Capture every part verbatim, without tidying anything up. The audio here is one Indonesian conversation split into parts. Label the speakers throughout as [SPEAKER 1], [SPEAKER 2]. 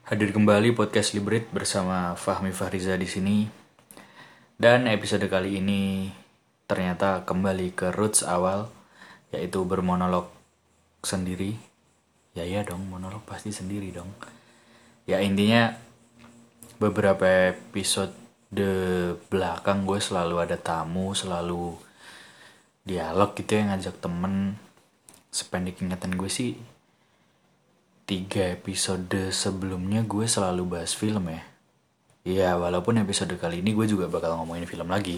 [SPEAKER 1] Hadir kembali podcast Librit bersama Fahmi Fahriza di sini. Dan episode kali ini ternyata kembali ke roots awal, yaitu bermonolog sendiri. Ya ya dong, monolog pasti sendiri dong. Ya intinya beberapa episode belakang gue selalu ada tamu, selalu dialog gitu ya, ngajak temen. Sependek ingatan gue sih tiga episode sebelumnya gue selalu bahas film ya. Ya walaupun episode kali ini gue juga bakal ngomongin film lagi.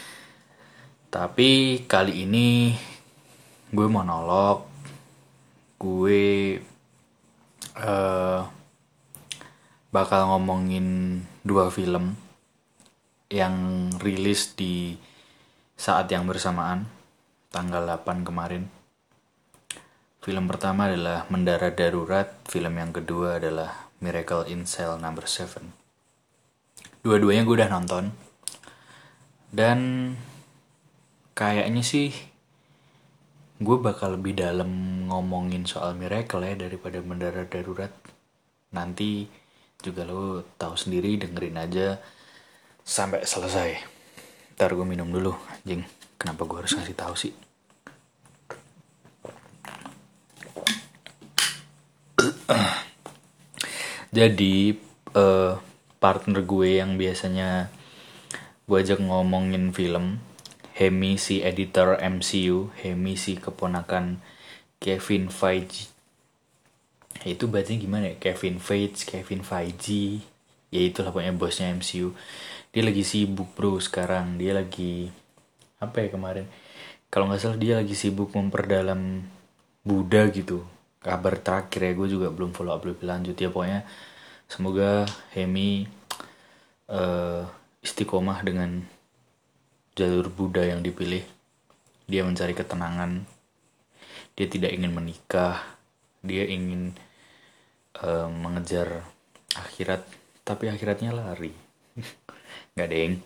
[SPEAKER 1] Tapi kali ini gue monolog. Gue uh, bakal ngomongin dua film yang rilis di saat yang bersamaan, tanggal delapan kemarin. Film pertama adalah Mendarat Darurat, film yang kedua adalah Miracle in Cell Number seven. Dua-duanya gue udah nonton. Dan kayaknya sih gue bakal lebih dalam ngomongin soal Miracle ya daripada Mendarat Darurat. Nanti juga lo tahu sendiri, dengerin aja sampai selesai. Ntar gue minum dulu, anjing. Kenapa gue harus ngasih tahu sih? Jadi uh, partner gue yang biasanya gue ajak ngomongin film, Hemi si editor M C U, Hemi si keponakan Kevin Feige. Ya itu bacanya gimana ya? Kevin Feige, Kevin Feige. Ya itulah pokoknya bosnya M C U. Dia lagi sibuk bro sekarang. Dia lagi apa ya kemarin? Kalau nggak salah dia lagi sibuk memperdalam Buddha gitu. Kabar terakhir ya, gue juga belum follow up lebih lanjut ya. Pokoknya semoga Hemi uh, istiqomah dengan jalur Buddha yang dipilih. Dia mencari ketenangan. Dia tidak ingin menikah. Dia ingin uh, mengejar akhirat, tapi akhiratnya lari. Gak deng.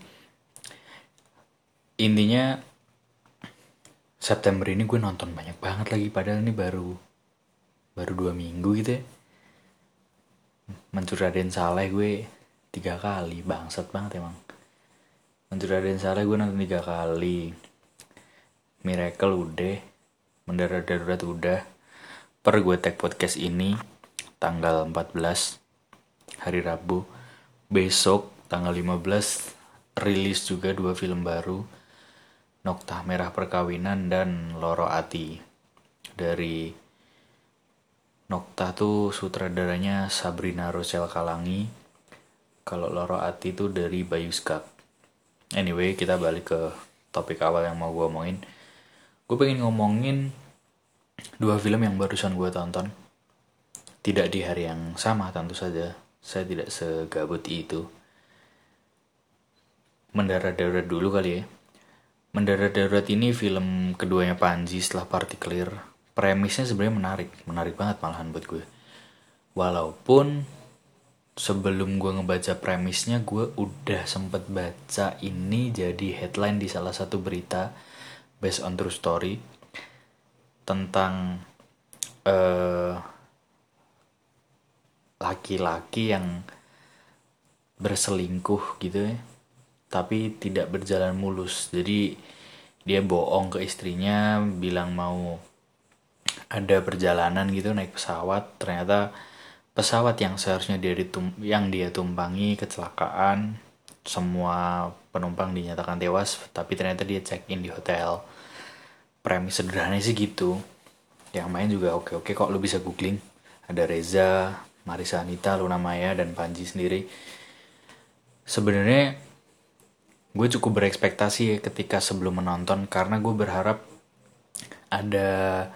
[SPEAKER 1] Intinya September ini gue nonton banyak banget lagi, padahal ini baru baru dua minggu gitu ya. Mencuri Raden Saleh gue tiga kali, bangsat banget emang. Mencuri Raden Saleh gue nonton tiga kali. Miracle udah, Mendarat Darurat udah. Per gue tag podcast ini tanggal empat belas hari Rabu. Besok tanggal lima belas rilis juga dua film baru, Noktah Merah Perkawinan dan Loro Ati. Dari Noktah tuh sutradaranya Sabrina Rochelle Kalangi. Kalau Loro Ati tuh dari Bayu Skak. Anyway, kita balik ke topik awal yang mau gue omongin. Gue pengen ngomongin dua film yang barusan gue tonton. Tidak di hari yang sama tentu saja. Saya tidak segabut itu. Mendarat Darurat dulu kali ya. Mendarat Darurat ini film keduanya Panji setelah Partikelir. Premisnya sebenarnya menarik, menarik banget malahan buat gue. Walaupun sebelum gue ngebaca premisnya, gue udah sempet baca ini jadi headline di salah satu berita based on true story tentang uh, laki-laki yang berselingkuh gitu ya, tapi tidak berjalan mulus. Jadi dia bohong ke istrinya, bilang mau ada perjalanan gitu naik pesawat, ternyata pesawat yang seharusnya dia ditum- yang dia tumpangi kecelakaan, semua penumpang dinyatakan tewas, tapi ternyata dia check in di hotel. Premis sederhananya sih gitu. Yang main juga oke-oke kok, lo bisa googling. Ada Reza, Marisa Anita, Luna Maya, dan Panji sendiri. Sebenarnya gue cukup berekspektasi ya ketika sebelum menonton, karena gue berharap ada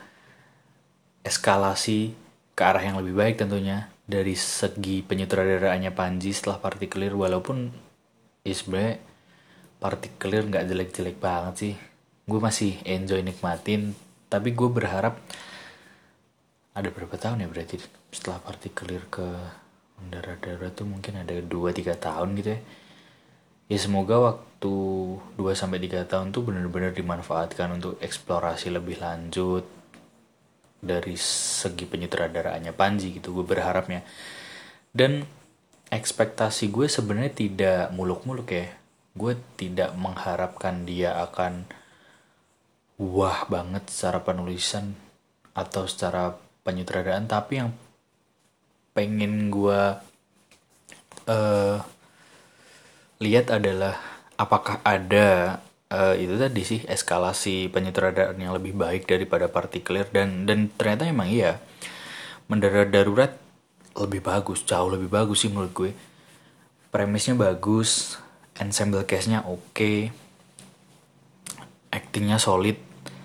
[SPEAKER 1] eskalasi ke arah yang lebih baik tentunya dari segi penyutradaraannya Panji setelah Partikelir. Walaupun ya sebenarnya Partikelir nggak jelek-jelek banget sih, gue masih enjoy nikmatin. Tapi gue berharap ada berapa tahun ya berarti setelah Partikelir ke Mendarat Darurat tuh mungkin ada dua tiga tahun gitu ya. Ya semoga waktu dua sampai tiga tahun tuh benar-benar dimanfaatkan untuk eksplorasi lebih lanjut dari segi penyutradaraannya Panji gitu, gue berharapnya. Dan ekspektasi gue sebenarnya tidak muluk-muluk ya. Gue tidak mengharapkan dia akan wah banget secara penulisan atau secara penyutradaraan, tapi yang pengen gue uh, lihat adalah apakah ada uh, itu tadi sih eskalasi penyutradaraan yang lebih baik daripada Partikelir, dan dan ternyata emang iya, Mendarat Darurat lebih bagus, jauh lebih bagus sih menurut gue. Premisnya bagus, ensemble cast-nya oke, actingnya solid.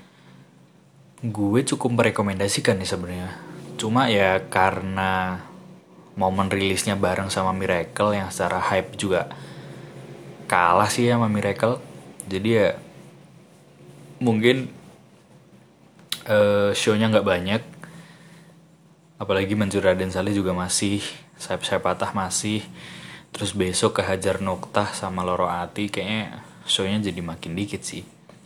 [SPEAKER 1] Gue cukup merekomendasikan nih sebenarnya. Cuma ya karena momen rilisnya bareng sama Miracle yang secara hype juga kalah sih sama Miracle. Jadi ya mungkin uh, show-nya nggak banyak. Apalagi Manjur Raden Saleh juga masih, Sayap-Sayap Patah masih. Terus besok ke Hajar Noktah sama Loro Ati, kayaknya show-nya jadi makin dikit sih.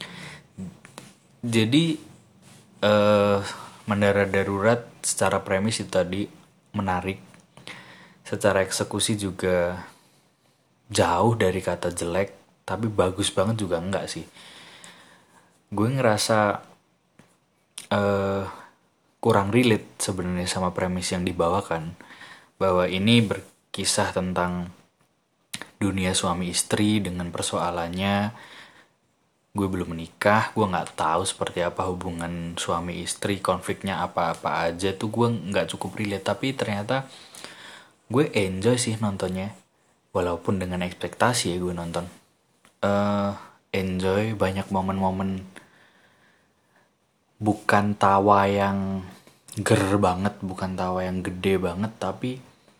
[SPEAKER 1] Jadi uh, Mendarat Darurat secara premis itu tadi menarik. Secara eksekusi juga jauh dari kata jelek, tapi bagus banget juga enggak sih. Gue ngerasa uh, kurang relate sebenarnya sama premis yang dibawakan, bahwa ini berkisah tentang dunia suami istri dengan persoalannya. Gue belum menikah, gue nggak tahu seperti apa hubungan suami istri, konfliknya apa-apa aja tuh gue nggak cukup relate. Tapi ternyata gue enjoy sih nontonnya, walaupun dengan ekspektasi ya gue nonton. Uh, enjoy banyak momen-momen bukan tawa yang ger banget, bukan tawa yang gede banget, tapi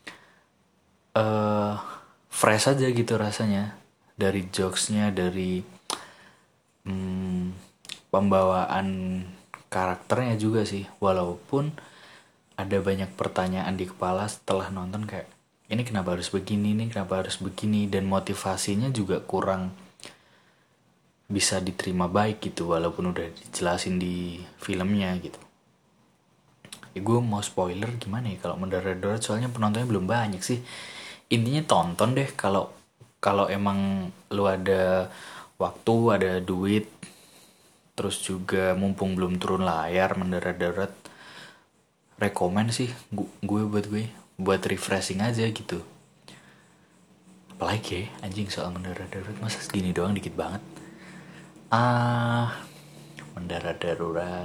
[SPEAKER 1] uh, fresh aja gitu rasanya. Dari jokesnya, dari hmm, pembawaan karakternya juga sih. Walaupun ada banyak pertanyaan di kepala setelah nonton, kayak ini kenapa harus begini, ini kenapa harus begini, dan motivasinya juga kurang bisa diterima baik gitu, walaupun udah dijelasin di filmnya gitu. Ya gue mau spoiler gimana ya kalau Mendarat Darurat, soalnya penontonnya belum banyak sih. Intinya tonton deh kalau kalau emang lu ada waktu, ada duit, terus juga mumpung belum turun layar Mendarat Darurat, rekomen sih gue buat gue buat refreshing aja gitu. Apalagi ya anjing soal Mendarat Darurat, masa segini doang dikit banget. Ah, Mendarat Darurat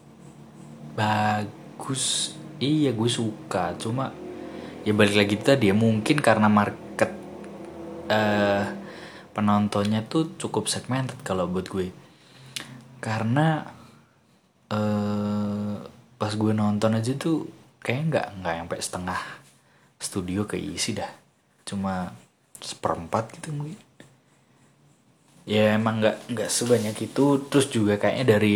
[SPEAKER 1] bagus, iya gue suka. Cuma ya balik lagi tadi ya, mungkin karena market uh, penontonnya tuh cukup segmented kalau buat gue. Karena uh, pas gue nonton aja tuh kayak nggak nggak sampai setengah studio keisi dah, cuma seperempat gitu mungkin. Ya emang nggak nggak sebanyak itu. Terus juga kayaknya dari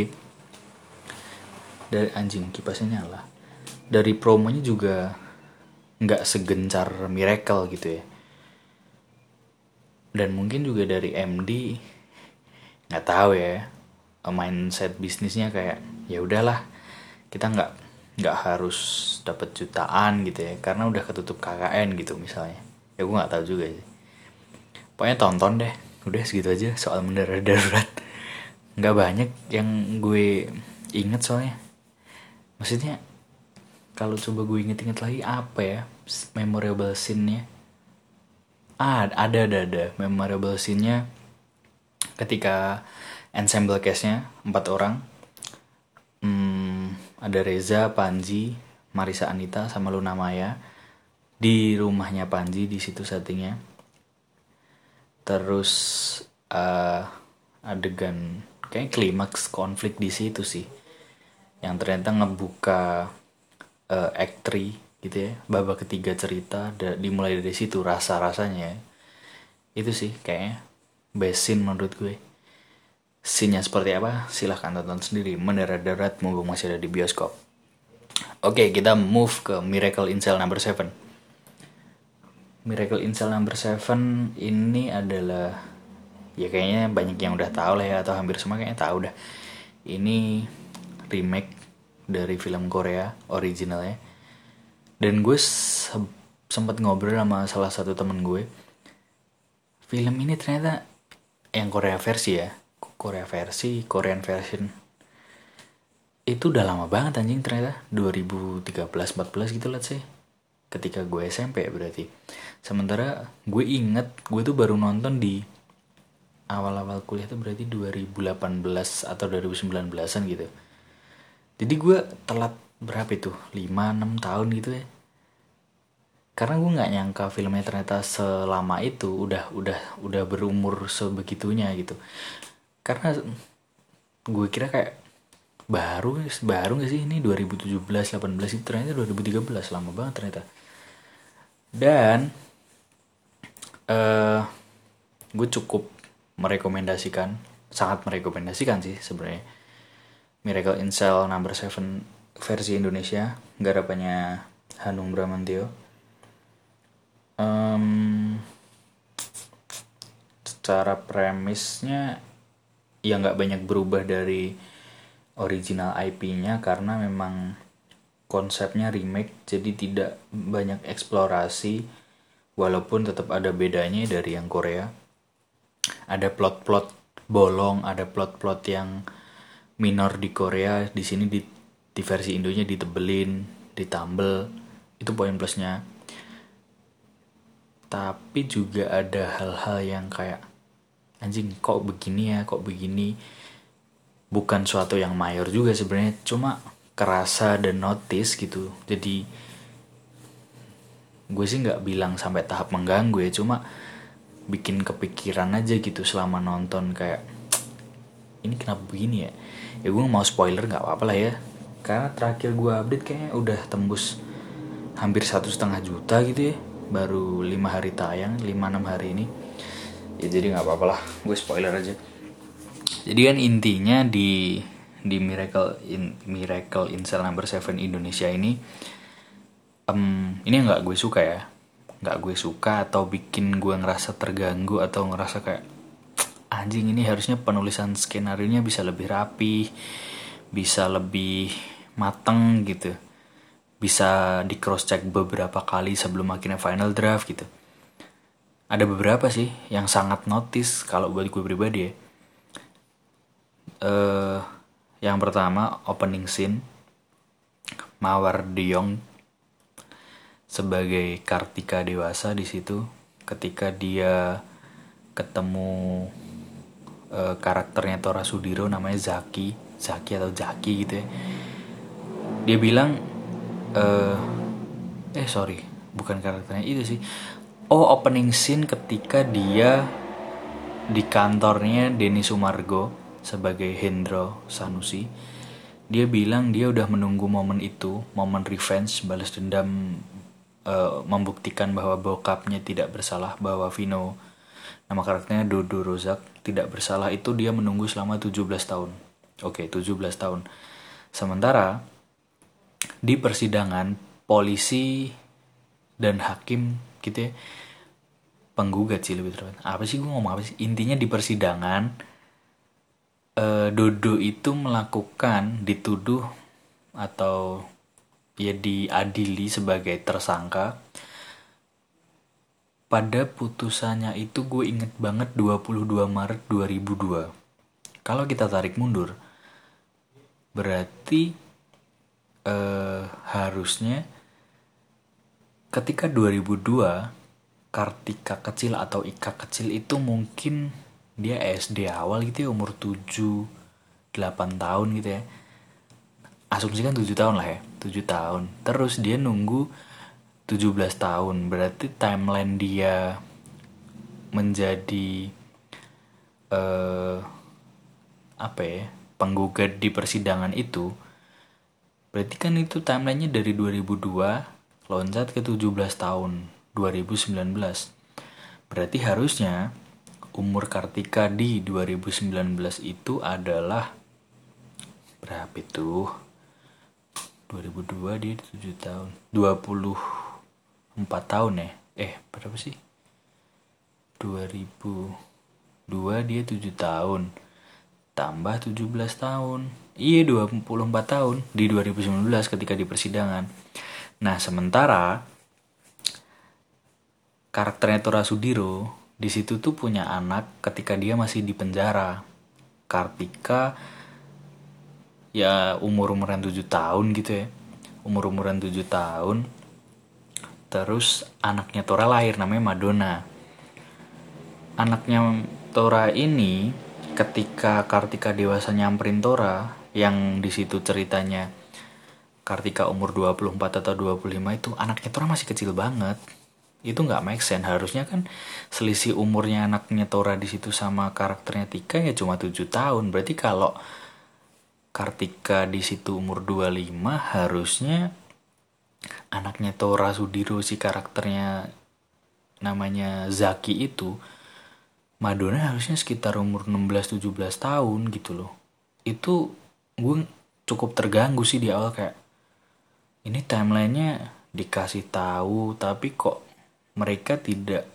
[SPEAKER 1] dari anjing kipasnya nyala, dari promonya juga nggak segencar Miracle gitu ya. Dan mungkin juga dari M D nggak tahu ya, mindset bisnisnya kayak ya udahlah, kita nggak nggak harus dapat jutaan gitu ya karena udah ketutup K K N gitu misalnya. Ya gue nggak tahu juga sih. Pokoknya tonton deh, udah segitu aja soal Mendarat Darurat. Nggak banyak yang gue inget soalnya. Maksudnya kalau coba gue inget-inget lagi apa ya memorable scene-nya. Ah, ada ada ada memorable scene-nya ketika ensemble cast-nya empat orang. Hmm, ada Reza, Panji, Marisa Anita sama Luna Maya di rumahnya Panji, di situ settingnya. Terus uh, adegan kayak klimaks konflik di situ sih, yang ternyata ngebuka uh, act three gitu ya, babak ketiga cerita, da- dimulai dari situ rasa-rasanya. Itu sih kayaknya best scene menurut gue. Scene-nya seperti apa? Silahkan tonton sendiri. Mendarat Darurat mumpung masih ada di bioskop. Oke, kita move ke Miracle in Cell number seven. Miracle in Cell number seven ini adalah, ya kayaknya banyak yang udah tahu lah ya, atau hampir semua kayaknya tahu dah. Ini remake dari film Korea originalnya. Dan gue se- sempat ngobrol sama salah satu temen gue. Film ini ternyata yang Korea versi ya, Korea versi, Korean version. Itu udah lama banget anjing ternyata, dua ribu tiga belas empat belas gitu let's say. Ketika gue S M P berarti. Sementara gue inget gue tuh baru nonton di awal-awal kuliah tuh berarti dua ribu delapan belas atau dua ribu sembilan belasan gitu. Jadi gue telat berapa itu? lima enam tahun gitu ya. Karena gue nggak nyangka filmnya ternyata selama itu udah udah udah berumur sebegitunya gitu. Karena gue kira kayak baru baru nggak sih ini dua ribu tujuh belas delapan belas itu, ternyata dua ribu tiga belas, lama banget ternyata. Dan uh, gue cukup merekomendasikan, sangat merekomendasikan sih sebenarnya, Miracle in Cell Number Seven versi Indonesia, garapannya Hanung Bramantyo. Um, secara premisnya ya nggak banyak berubah dari original I P-nya karena memang konsepnya remake, jadi tidak banyak eksplorasi, walaupun tetap ada bedanya dari yang Korea. Ada plot-plot bolong, ada plot-plot yang minor di Korea, di sini di, di versi Indonya ditebelin, ditambel, itu poin plusnya. Tapi juga ada hal-hal yang kayak anjing kok begini ya, kok begini. Bukan suatu yang mayor juga sebenarnya, cuma kerasa dan notice gitu. Jadi gue sih nggak bilang sampai tahap mengganggu ya, cuma bikin kepikiran aja gitu selama nonton, kayak ini kenapa begini ya. Ya gue mau spoiler nggak apa-apa lah ya, karena terakhir gue update kayaknya udah tembus hampir satu setengah juta gitu ya, baru lima hari tayang, lima enam hari ini ya, jadi nggak apa-apa lah gue spoiler aja. Jadi kan intinya di di Miracle in Miracle in Cell Number Seven Indonesia ini, um, ini yang nggak gue suka ya, nggak gue suka atau bikin gue ngerasa terganggu atau ngerasa kayak anjing ini harusnya penulisan skenario nya bisa lebih rapi, bisa lebih mateng gitu, bisa di cross check beberapa kali sebelum akhirnya final draft gitu. Ada beberapa sih yang sangat notice kalau buat gue pribadi ya. Uh, yang pertama opening scene, Mawar Deong sebagai Kartika dewasa di situ, ketika dia ketemu uh, karakternya Tora Sudiro namanya Zaki, Zaki atau Zaki gitu ya. Dia bilang uh, eh sorry bukan karakternya itu sih. Oh, opening scene ketika dia di kantornya Denny Sumargo sebagai Hendro Sanusi. Dia bilang dia udah menunggu momen itu, momen revenge, balas dendam, uh, membuktikan bahwa bokapnya tidak bersalah, bahwa Vino, nama karakternya Dodo Rozak, tidak bersalah. Itu dia menunggu selama tujuh belas tahun. Oke, tujuh belas tahun. Sementara di persidangan polisi dan hakim gitu ya, penggugat sih lebih tepat. Apa sih gue ngomong apa sih? Intinya di persidangan Uh, Dodo itu melakukan, dituduh atau ya diadili sebagai tersangka. Pada putusannya itu gue inget banget dua puluh dua Maret dua ribu dua. Kalau kita tarik mundur, berarti uh, harusnya ketika dua ribu dua Kartika kecil atau Ika kecil itu mungkin dia S D awal gitu ya, umur tujuh delapan tahun gitu ya. Asumsikan tujuh tahun lah ya, tujuh tahun. Terus dia nunggu tujuh belas tahun. Berarti timeline dia menjadi uh, apa ya, penggugat di persidangan itu, berarti kan itu timelinenya dari dua ribu dua loncat ke tujuh belas tahun, dua ribu sembilan belas. Berarti harusnya umur Kartika di dua ribu sembilan belas itu adalah berapa itu? dua ribu dua dia tujuh tahun. dua puluh empat tahun ya? Eh, berapa sih? dua ribu dua dia tujuh tahun. Tambah tujuh belas tahun. Iya, dua puluh empat tahun di dua ribu sembilan belas ketika di persidangan. Nah, sementara karakternya Tora Sudiro di situ tuh punya anak ketika dia masih di penjara. Kartika ya umur-umuran tujuh tahun gitu ya. Umur-umuran tujuh tahun. Terus anaknya Tora lahir namanya Madonna. Anaknya Tora ini ketika Kartika dewasa nyamperin Tora, yang di situ ceritanya Kartika umur dua puluh empat atau dua puluh lima, itu anaknya Tora masih kecil banget. Itu nggak make sense. Harusnya kan selisih umurnya anaknya Tora di situ sama karakternya Tika ya cuma tujuh tahun. Berarti kalau Kartika di situ umur dua puluh lima, harusnya anaknya Tora Sudiro si karakternya namanya Zaki itu, Madonna harusnya sekitar umur enam belas tujuh belas tahun gitu loh. Itu gue cukup terganggu sih di awal, kayak ini timelinenya dikasih tahu tapi kok mereka tidak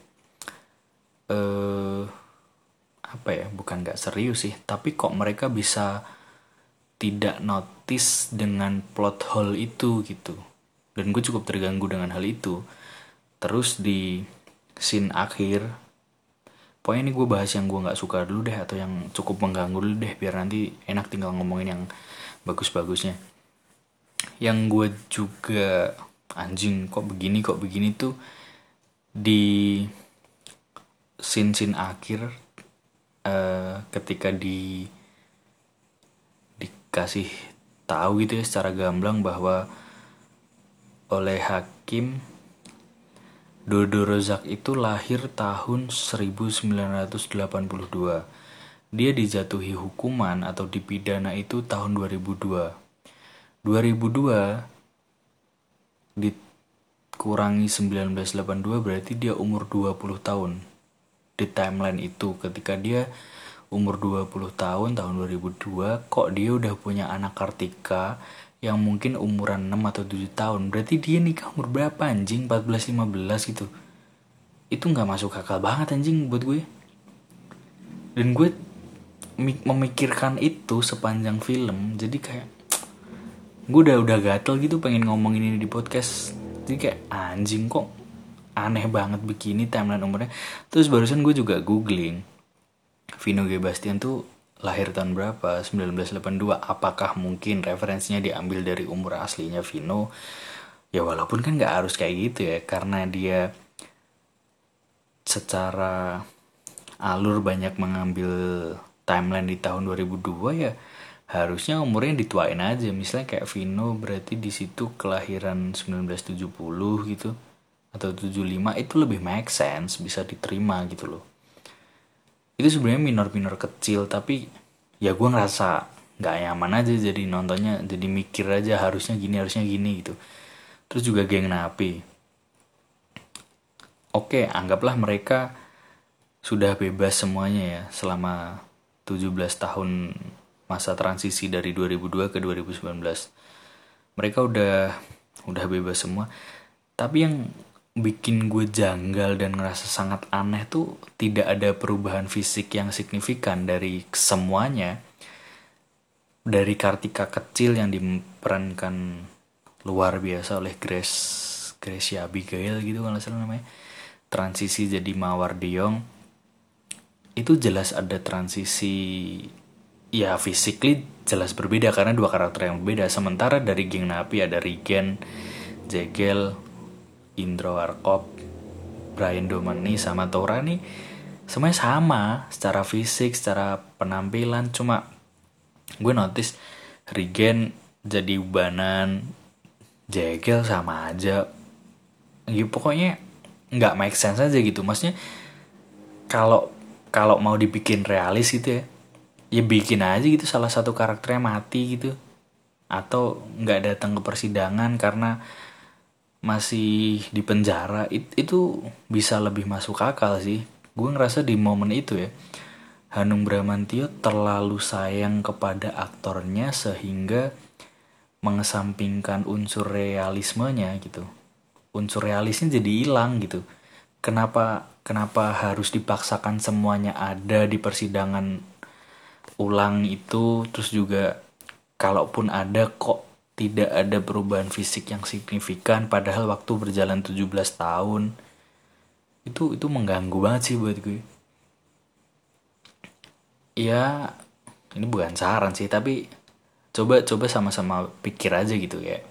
[SPEAKER 1] eh apa ya, bukan gak serius sih, tapi kok mereka bisa tidak notice dengan plot hole itu gitu. Dan gue cukup terganggu dengan hal itu. Terus di scene akhir, pokoknya ini gue bahas yang gue gak suka dulu deh, atau yang cukup mengganggu dulu deh, biar nanti enak tinggal ngomongin yang bagus-bagusnya. Yang gue juga anjing kok begini kok begini tuh di scene-scene akhir, uh, ketika di dikasih tahu gitu ya secara gamblang bahwa oleh hakim Dodo Rozak itu lahir tahun seribu sembilan ratus delapan puluh dua. Dia dijatuhi hukuman atau dipidana itu tahun dua ribu dua. dua ribu dua dikurangi seribu sembilan ratus delapan puluh dua berarti dia umur dua puluh tahun. Di timeline itu ketika dia umur dua puluh tahun tahun dua ribu dua, kok dia udah punya anak Kartika yang mungkin umuran enam atau tujuh tahun. Berarti dia nikah umur berapa anjing? empat belas lima belas gitu. Itu gak masuk akal banget anjing buat gue. Dan gue memikirkan itu sepanjang film. Jadi kayak gue udah udah gatel gitu pengen ngomongin ini di podcast. Jadi kayak anjing kok aneh banget begini timeline umurnya. Terus barusan gue juga googling Vino G. Bastian tuh lahir tahun berapa? sembilan belas delapan puluh dua. Apakah mungkin referensinya diambil dari umur aslinya Vino? Ya walaupun kan gak harus kayak gitu ya, karena dia secara alur banyak mengambil timeline di tahun dua ribu dua, ya harusnya umurnya dituain aja. Misalnya kayak Vino berarti di situ kelahiran sembilan belas tujuh puluh gitu atau tujuh puluh lima, itu lebih make sense, bisa diterima gitu loh. Itu sebenarnya minor-minor kecil, tapi ya gue ngerasa nggak nyaman aja jadi nontonnya, jadi mikir aja harusnya gini harusnya gini gitu. Terus juga geng napi, oke anggaplah mereka sudah bebas semuanya ya selama tujuh belas tahun masa transisi dari dua ribu dua ke dua ribu sembilan belas. Mereka udah udah bebas semua, tapi yang bikin gue janggal dan ngerasa sangat aneh tuh tidak ada perubahan fisik yang signifikan dari semuanya. Dari Kartika kecil yang diperankan luar biasa oleh Grace Gracia Abigail gitu kalau salah namanya, transisi jadi Mawar Deong, itu jelas ada transisi ya physically jelas berbeda karena dua karakter yang berbeda. Sementara dari geng napi ada Rigen, Jegel, Indro Warkop, Brian Domani sama Tora nih semuanya sama secara fisik, secara penampilan. Cuma gue notice Rigen jadi ubanan, Jegel sama aja gitu, pokoknya nggak make sense aja gitu. Maksudnya kalau kalau mau dibikin realis gitu ya, ya bikin aja gitu salah satu karakternya mati gitu, atau nggak datang ke persidangan karena masih di penjara. It, itu bisa lebih masuk akal sih. Gue ngerasa di momen itu ya, Hanung Bramantyo terlalu sayang kepada aktornya sehingga mengesampingkan unsur realismenya gitu. Unsur realisnya jadi hilang gitu. Kenapa kenapa harus dipaksakan semuanya ada di persidangan ulang itu? Terus juga kalaupun ada kok tidak ada perubahan fisik yang signifikan padahal waktu berjalan tujuh belas tahun. itu itu mengganggu banget sih buat gue. Ya ini bukan saran sih, tapi coba coba sama-sama pikir aja gitu ya.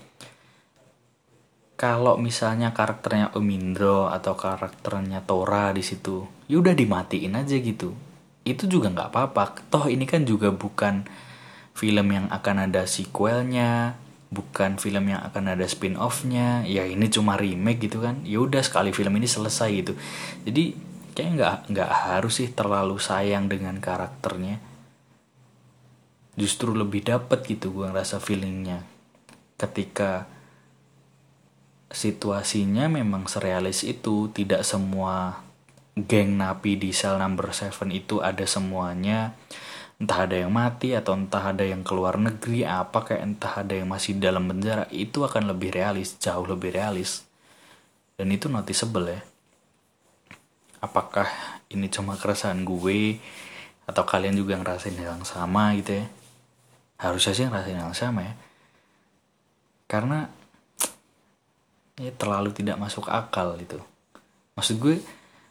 [SPEAKER 1] Kalau misalnya karakternya Om Indro atau karakternya Tora di situ, ya udah dimatiin aja gitu. Itu juga nggak apa-apa. Toh ini kan juga bukan film yang akan ada sequelnya, bukan film yang akan ada spin-offnya. Ya ini cuma remake gitu kan. Ya udah sekali film ini selesai gitu. Jadi kayak nggak nggak harus sih terlalu sayang dengan karakternya. Justru lebih dapet gitu gue ngerasa feelingnya ketika situasinya memang serealis itu. Tidak semua geng napi di sel number seven itu ada semuanya, entah ada yang mati atau entah ada yang keluar negeri apa kayak entah ada yang masih dalam penjara. Itu akan lebih realis, jauh lebih realis, dan itu noticeable ya. Apakah ini cuma keresahan gue atau kalian juga ngerasain hal yang sama gitu ya? Harusnya sih ngerasain hal yang sama ya, karena ya terlalu tidak masuk akal itu. Maksud gue,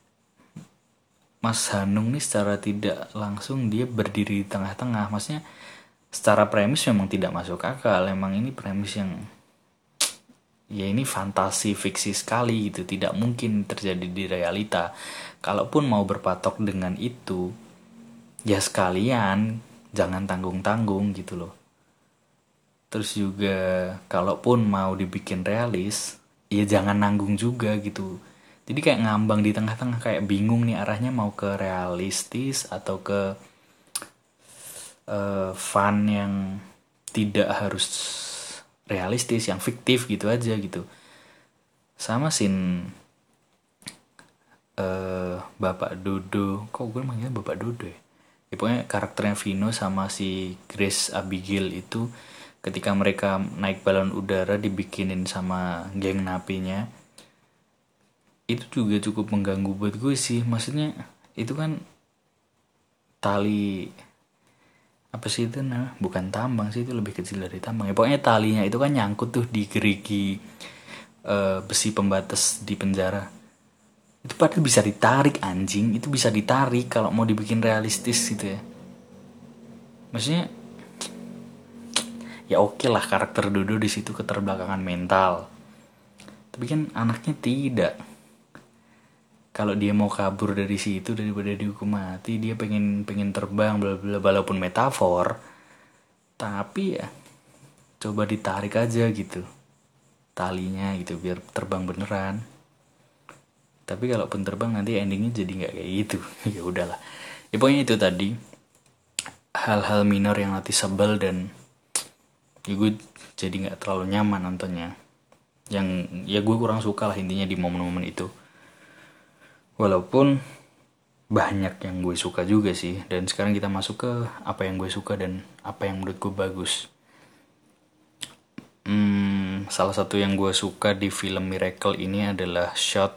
[SPEAKER 1] Mas Hanung nih secara tidak langsung dia berdiri di tengah-tengah. Maksudnya secara premis memang tidak masuk akal. Emang ini premis yang ya ini fantasi fiksi sekali gitu. Tidak mungkin terjadi di realita. Kalaupun mau berpatok dengan itu, ya sekalian jangan tanggung-tanggung gitu loh. Terus juga kalaupun mau dibikin realis, ya jangan nanggung juga gitu. Jadi kayak ngambang di tengah-tengah, kayak bingung nih arahnya mau ke realistis atau ke uh, fun yang tidak harus realistis, yang fiktif gitu aja gitu. Sama scene uh, Bapak Dodo, kok gue manggilnya Bapak Dodo ya? Ya pokoknya karakternya Vino sama si Grace Abigail itu ketika mereka naik balon udara dibikinin sama geng napinya, itu juga cukup mengganggu buat gue sih. Maksudnya itu kan tali apa sih itu, nah bukan tambang sih, itu lebih kecil dari tambang ya. Pokoknya talinya itu kan nyangkut tuh di gerigi uh, besi pembatas di penjara. Itu padahal bisa ditarik anjing, itu bisa ditarik kalau mau dibikin realistis gitu ya. Maksudnya ya oke lah karakter Dodo di situ keterbelakangan mental, tapi kan anaknya tidak. Kalau dia mau kabur dari situ daripada dihukum mati, dia pengen pengen terbang bla bla, walaupun metafor, tapi ya coba ditarik aja gitu talinya gitu biar terbang beneran. Tapi kalaupun terbang nanti endingnya jadi nggak kayak gitu. Ya udahlah, ya pokoknya itu tadi hal-hal minor yang nanti sebel dan ya gue jadi nggak terlalu nyaman nontonnya. Yang ya gue kurang suka lah intinya di momen-momen itu. Walaupun banyak yang gue suka juga sih. Dan sekarang kita masuk ke apa yang gue suka dan apa yang menurut gue bagus. Hmm, salah satu yang gue suka di film Miracle ini adalah shot.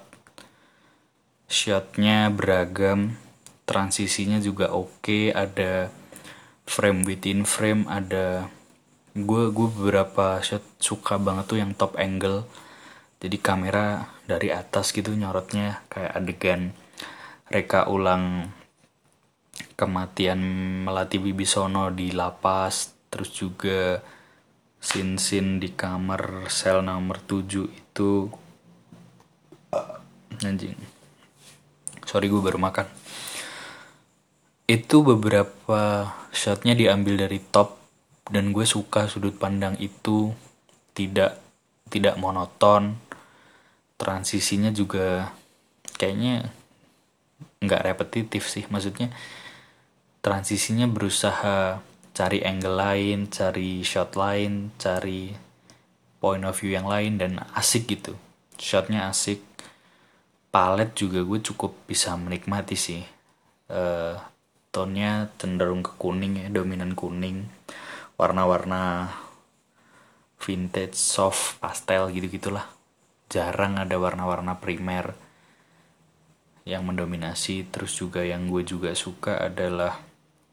[SPEAKER 1] Shotnya beragam, transisinya juga oke, ada frame within frame, ada gue gue beberapa shot suka banget tuh yang top angle. Jadi kamera dari atas gitu nyorotnya kayak adegan reka ulang kematian Melati Bibisono di lapas, terus juga scene-scene di kamar sel nomor tujuh itu anjing. Sorry gue baru makan. Itu beberapa shotnya diambil dari top dan gue suka sudut pandang itu, tidak tidak monoton. Transisinya juga kayaknya nggak repetitif sih. Maksudnya transisinya berusaha cari angle lain, cari shot lain, cari point of view yang lain dan asik gitu. Shotnya asik. Palet juga gue cukup bisa menikmati sih. Uh, tonnya cenderung ke kuning ya, dominan kuning. Warna-warna vintage, soft, pastel gitu-gitulah. Jarang ada warna-warna primer yang mendominasi. Terus juga yang gue juga suka adalah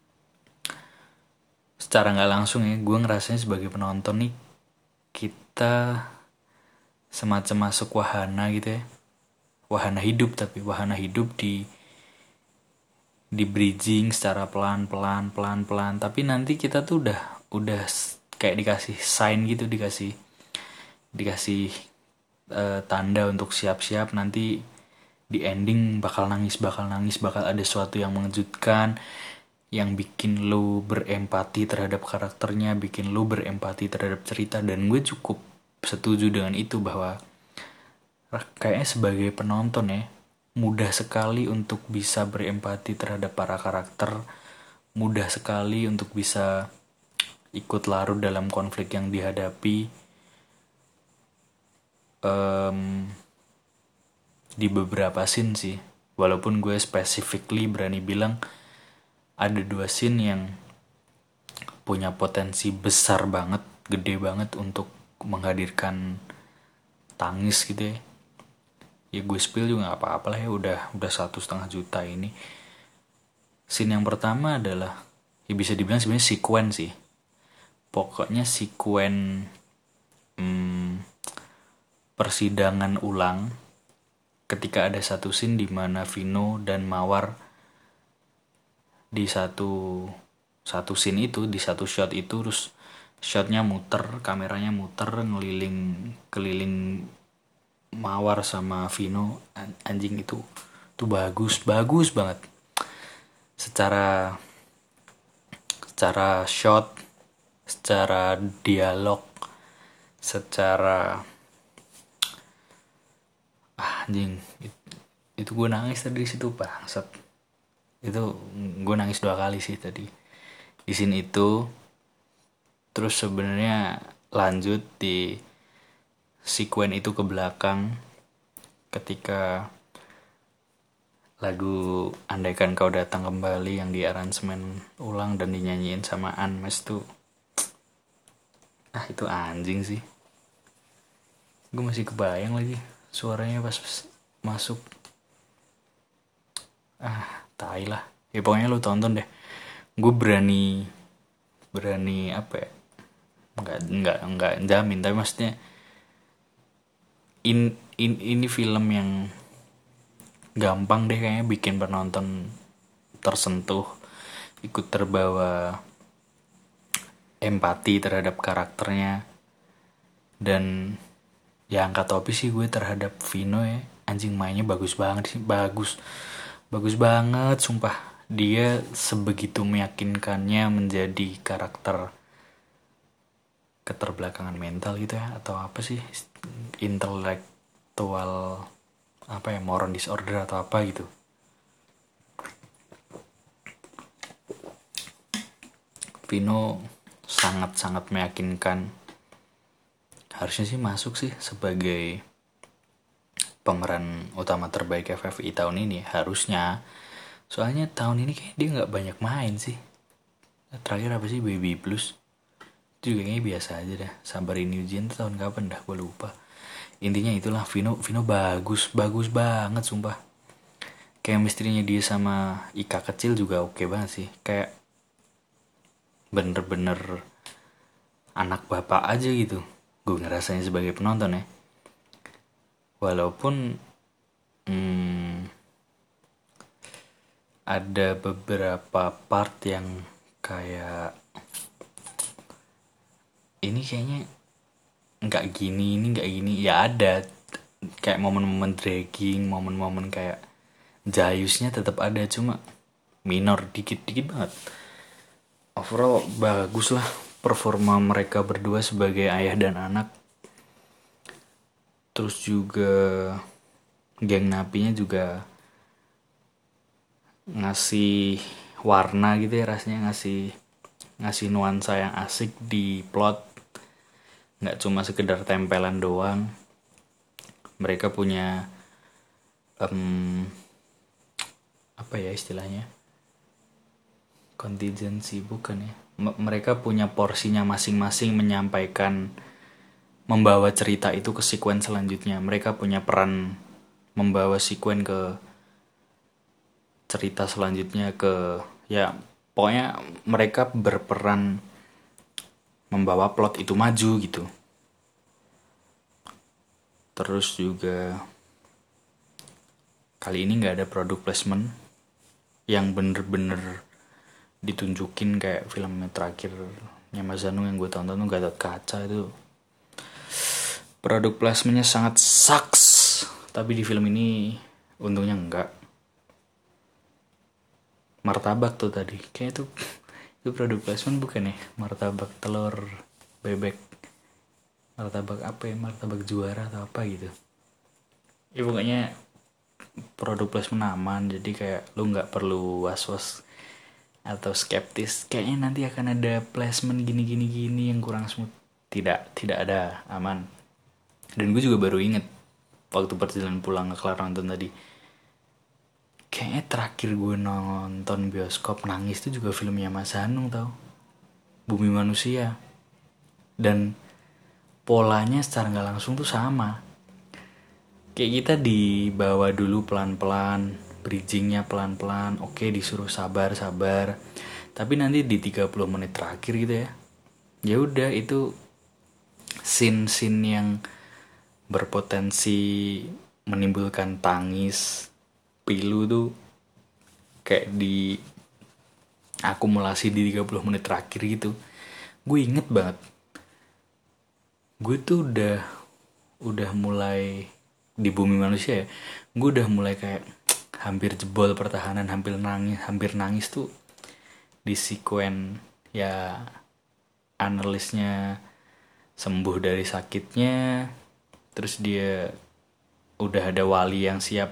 [SPEAKER 1] secara gak langsung ya, gue ngerasanya sebagai penonton nih, kita semacam masuk wahana gitu ya. wahana hidup, tapi wahana hidup di di bridging secara pelan pelan pelan pelan tapi nanti kita tuh udah udah kayak dikasih sign gitu, dikasih dikasih uh, tanda untuk siap-siap nanti di ending bakal nangis bakal nangis bakal ada sesuatu yang mengejutkan yang bikin lu berempati terhadap karakternya, bikin lu berempati terhadap cerita. Dan gue cukup setuju dengan itu, bahwa kayaknya sebagai penonton ya, mudah sekali untuk bisa berempati terhadap para karakter, mudah sekali untuk bisa ikut larut dalam konflik yang dihadapi. Um, di beberapa scene sih, walaupun gue specifically berani bilang ada dua scene yang punya potensi besar banget, gede banget untuk menghadirkan tangis gitu ya. Ya gue spill juga gak apa-apa lah ya, udah udah satu setengah juta ini. Scene yang pertama adalah, ya bisa dibilang sebenarnya sekuen sih. Pokoknya sekuen hmm, persidangan ulang, ketika ada satu scene di mana Vino dan Mawar di satu satu scene itu, di satu shot itu, terus shotnya muter, kameranya muter ngeliling keliling Mawar sama Vino. Anjing itu tuh bagus bagus banget secara secara shot, secara dialog, secara ah, anjing itu, itu gue nangis tadi di situ bangsat. Itu gue nangis dua kali sih tadi di scene itu. Terus sebenarnya lanjut di sekuen itu ke belakang, ketika lagu Andaikan Kau Datang Kembali yang di aransemen ulang dan dinyanyiin sama Anmes tuh, ah itu anjing sih. Gue masih kebayang lagi suaranya pas masuk. Ah tai lah ya, pokoknya lu tonton deh. Gue berani berani apa ya, nggak nggak nggak jamin, tapi maksudnya in, in ini film yang gampang deh kayaknya bikin penonton tersentuh, ikut terbawa empati terhadap karakternya. Dan ya angkat topi sih gue terhadap Vino ya, anjing mainnya bagus banget sih, bagus bagus banget sumpah. Dia sebegitu meyakinkannya menjadi karakter keterbelakangan mental gitu ya, atau apa sih, intelektual apa ya, moron disorder atau apa gitu. Vino sangat-sangat meyakinkan. Harusnya sih masuk sih sebagai pemeran utama terbaik F F I tahun ini, harusnya. Soalnya tahun ini kayak dia nggak banyak main sih. Terakhir apa sih, Baby Blues, itu juga kayaknya biasa aja dah. Sabar Ini Ujian tuh tahun kapan dah, gue lupa. Intinya itulah, Vino Vino bagus bagus banget sumpah. Chemistry-nya dia sama Ika kecil juga oke banget sih, kayak bener-bener anak bapak aja gitu gue ngerasanya sebagai penonton ya. Walaupun hmm, ada beberapa part yang kayak ini kayaknya nggak gini, ini nggak gini ya, ada kayak momen-momen dragging, momen-momen kayak jayusnya tetap ada, cuma minor dikit-dikit banget. Overall bagus lah performa mereka berdua sebagai ayah dan anak. Terus juga geng napinya juga ngasih warna gitu ya, rasanya ngasih ngasih nuansa yang asik di plot, nggak cuma sekedar tempelan doang. Mereka punya um, apa ya istilahnya, kontingensi bukan ya, M- mereka punya porsinya masing-masing menyampaikan, membawa cerita itu ke sekuen selanjutnya. Mereka punya peran membawa sekuen ke cerita selanjutnya, ke ya pokoknya mereka berperan membawa plot itu maju gitu. Terus juga kali ini nggak ada produk placement yang bener-bener ditunjukin kayak film terakhirnya Mas Zanung yang gue tonton tuh Gatot Kaca. Itu produk placementnya sangat sucks, tapi di film ini untungnya enggak. Martabak tuh tadi kayak itu itu produk placement bukan ya? Martabak telur bebek, martabak apa ya, martabak juara atau apa gitu ya, pokoknya produk placement aman, jadi kayak lu nggak perlu was-was atau skeptis kayaknya nanti akan ada placement gini gini gini yang kurang smooth. Tidak, tidak ada, aman. Dan gue juga baru inget waktu perjalanan pulang ke kelar nonton tadi, kayaknya terakhir gue nonton bioskop nangis itu juga filmnya Mas Hanung tau, Bumi Manusia. Dan polanya secara gak langsung tuh sama, kayak kita dibawa dulu pelan-pelan, bridgingnya pelan-pelan, oke disuruh sabar-sabar, tapi nanti di tiga puluh menit terakhir gitu ya, ya udah itu scene-scene yang berpotensi menimbulkan tangis, pilu tuh kayak di akumulasi di tiga puluh menit terakhir gitu. Gue inget banget, gue tuh udah udah mulai di Bumi Manusia ya, gue udah mulai kayak hampir jebol pertahanan, hampir nangis, hampir nangis tuh di sekuen ya analisnya sembuh dari sakitnya, terus dia udah ada wali yang siap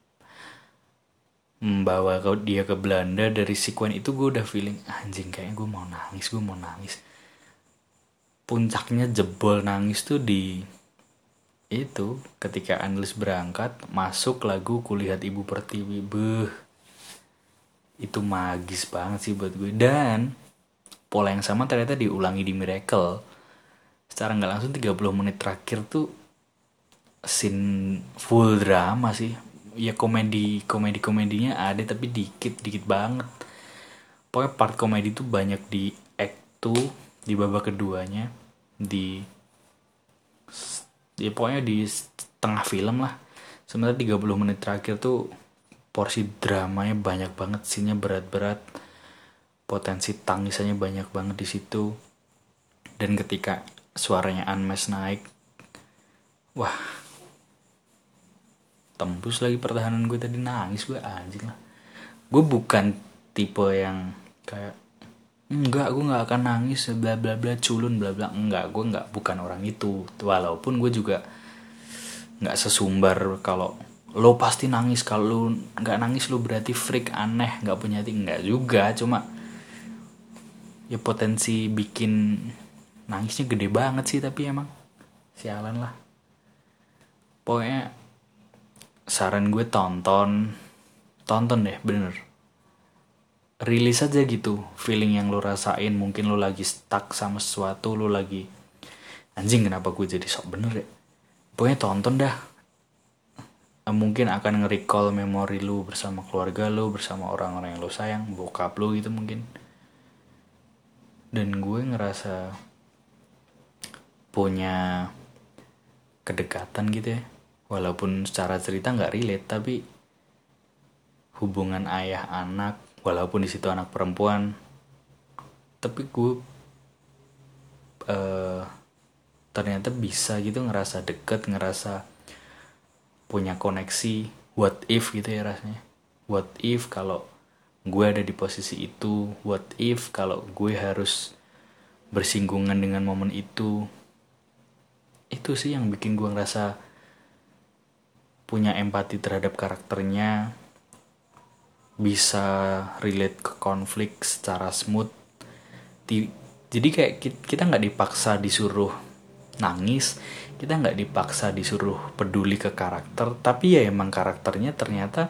[SPEAKER 1] membawa dia ke Belanda. Dari sekuen itu gue udah feeling anjing kayaknya gue mau nangis, gue mau nangis. Puncaknya jebol nangis tuh di itu ketika analis berangkat masuk lagu Kulihat Ibu Pertiwi. Beuh, itu magis banget sih buat gue. Dan pola yang sama ternyata diulangi di Miracle. Secara gak langsung tiga puluh menit terakhir tuh scene full drama sih. Ya komedi komedi komedinya ada tapi dikit dikit banget. Pokoknya part komedi tuh banyak di act two, di babak keduanya, di ya pokoknya di tengah film lah. Sementara tiga puluh menit terakhir tuh porsi dramanya banyak banget, scene-nya berat-berat, potensi tangisannya banyak banget di situ. Dan ketika suaranya Unmesh naik, wah, tembus lagi pertahanan gue tadi, nangis gue anjing lah. Gue bukan tipe yang kayak enggak gue nggak akan nangis bla bla bla culun bla bla, enggak, gue nggak, bukan orang itu. Walaupun gue juga nggak sesumbar kalau lo pasti nangis, kalau lo nggak nangis lo berarti freak, aneh, nggak punya hati, enggak juga. Cuma ya potensi bikin nangisnya gede banget sih, tapi emang sialan lah. Pokoknya saran gue tonton tonton deh, bener, rilis aja gitu feeling yang lo rasain. Mungkin lo lagi stuck sama sesuatu, lo lagi anjing kenapa gue jadi sok bener ya, pokoknya tonton dah. Mungkin akan nge-recall memori lo bersama keluarga lo, bersama orang-orang yang lo sayang, bokap lo gitu mungkin. Dan gue ngerasa punya kedekatan gitu ya, walaupun secara cerita nggak relate, tapi hubungan ayah anak, walaupun di situ anak perempuan, tapi gue uh, ternyata bisa gitu ngerasa deket, ngerasa punya koneksi. What if gitu ya rasanya. What if kalau gue ada di posisi itu, what if kalau gue harus bersinggungan dengan momen itu. Itu sih yang bikin gue ngerasa punya empati terhadap karakternya, bisa relate ke konflik secara smooth. Jadi kayak kita nggak dipaksa disuruh nangis, kita nggak dipaksa disuruh peduli ke karakter, tapi ya emang karakternya ternyata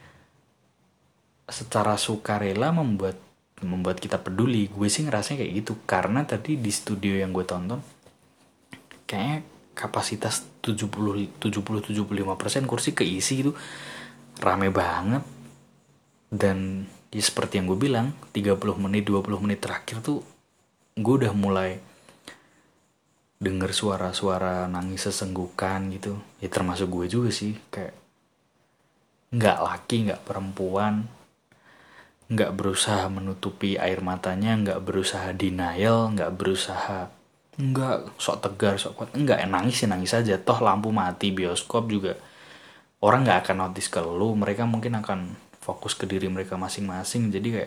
[SPEAKER 1] secara sukarela membuat membuat kita peduli. Gue sih ngerasanya kayak gitu, karena tadi di studio yang gue tonton kayaknya kapasitas tujuh puluh tujuh puluh tujuh puluh lima persen kursi keisi gitu, rame banget. Dan ya seperti yang gue bilang, tiga puluh menit dua puluh menit terakhir tuh gue udah mulai denger suara-suara nangis sesenggukan gitu. Ya termasuk gue juga sih, kayak nggak laki nggak perempuan, nggak berusaha menutupi air matanya, nggak berusaha denial, nggak berusaha nggak sok tegar sok kuat, nggak, nangis ya nangis aja, toh lampu mati bioskop juga orang nggak akan notice ke lu, mereka mungkin akan fokus ke diri mereka masing-masing. Jadi kayak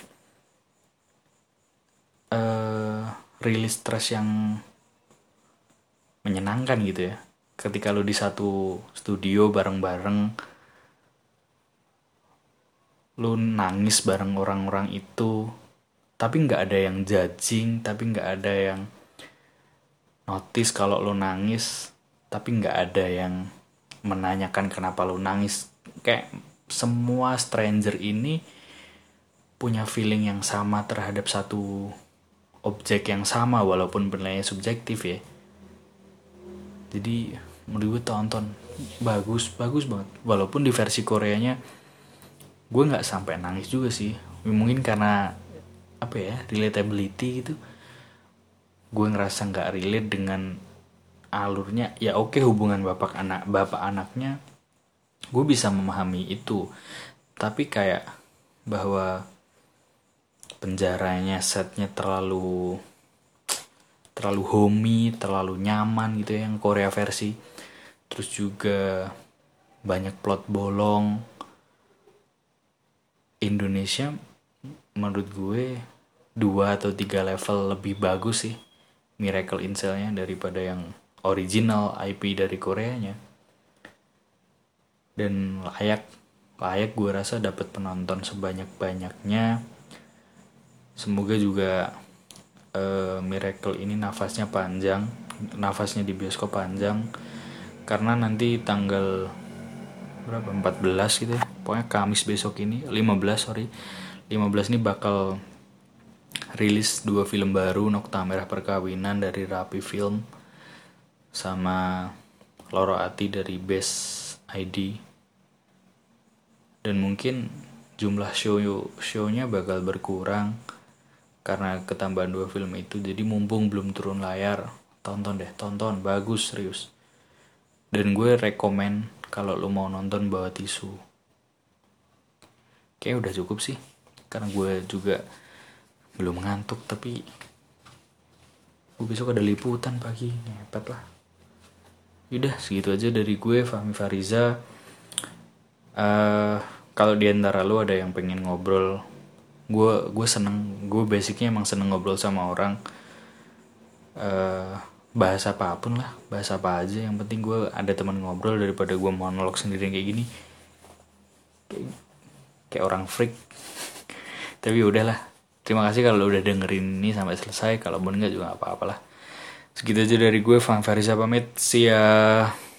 [SPEAKER 1] uh, rilis stres yang menyenangkan gitu ya, ketika lu di satu studio bareng-bareng, lu nangis bareng orang-orang itu, tapi nggak ada yang judging, tapi nggak ada yang notice kalau lu nangis, tapi nggak ada yang menanyakan kenapa lu nangis. Kayak semua stranger ini punya feeling yang sama terhadap satu objek yang sama, walaupun penilaiannya subjektif ya. Jadi menurut gue tonton, bagus bagus banget, walaupun di versi Koreanya gue nggak sampai nangis juga sih, mungkin karena apa ya, relatability gitu, gue ngerasa nggak relate dengan alurnya. Ya oke, hubungan bapak anak bapak anaknya gue bisa memahami itu, tapi kayak bahwa penjaranya setnya terlalu terlalu homey, terlalu nyaman gitu ya yang Korea versi. Terus juga banyak plot bolong. Indonesia menurut gue dua atau tiga level lebih bagus sih Miracle in Cell-nya daripada yang original I P dari Koreanya. Dan layak layak gue rasa dapat penonton sebanyak-banyaknya. Semoga juga uh, Miracle ini nafasnya panjang, nafasnya di bioskop panjang, karena nanti tanggal berapa, empat belas gitu ya, pokoknya Kamis besok ini, lima belas sorry lima belas ini bakal rilis dua film baru, Nokta Merah Perkawinan dari Rapi Film sama Loro Ati dari Best I D. Dan mungkin jumlah show show-nya bakal berkurang karena ketambahan dua film itu. Jadi mumpung belum turun layar, tonton deh, tonton, bagus serius. Dan gue rekomen kalau lo mau nonton bawa tisu. Kayaknya udah cukup sih, karena gue juga belum ngantuk, tapi gue besok ada liputan pagi, ngepet lah. Udah segitu aja dari gue, Fahmi Fariza. Uh, kalau diantara lo ada yang pengen ngobrol, gue gue seneng, gue basicnya emang seneng ngobrol sama orang. Uh, bahas apapun lah, bahas apa aja, yang penting gue ada teman ngobrol daripada gue monolog sendiri kayak gini, kayak, kayak orang freak. Tapi udahlah, terima kasih kalau udah dengerin ini sampai selesai, kalau enggak juga gak apa-apalah. Segitu aja dari gue, Fahmi Fariza pamit, see ya.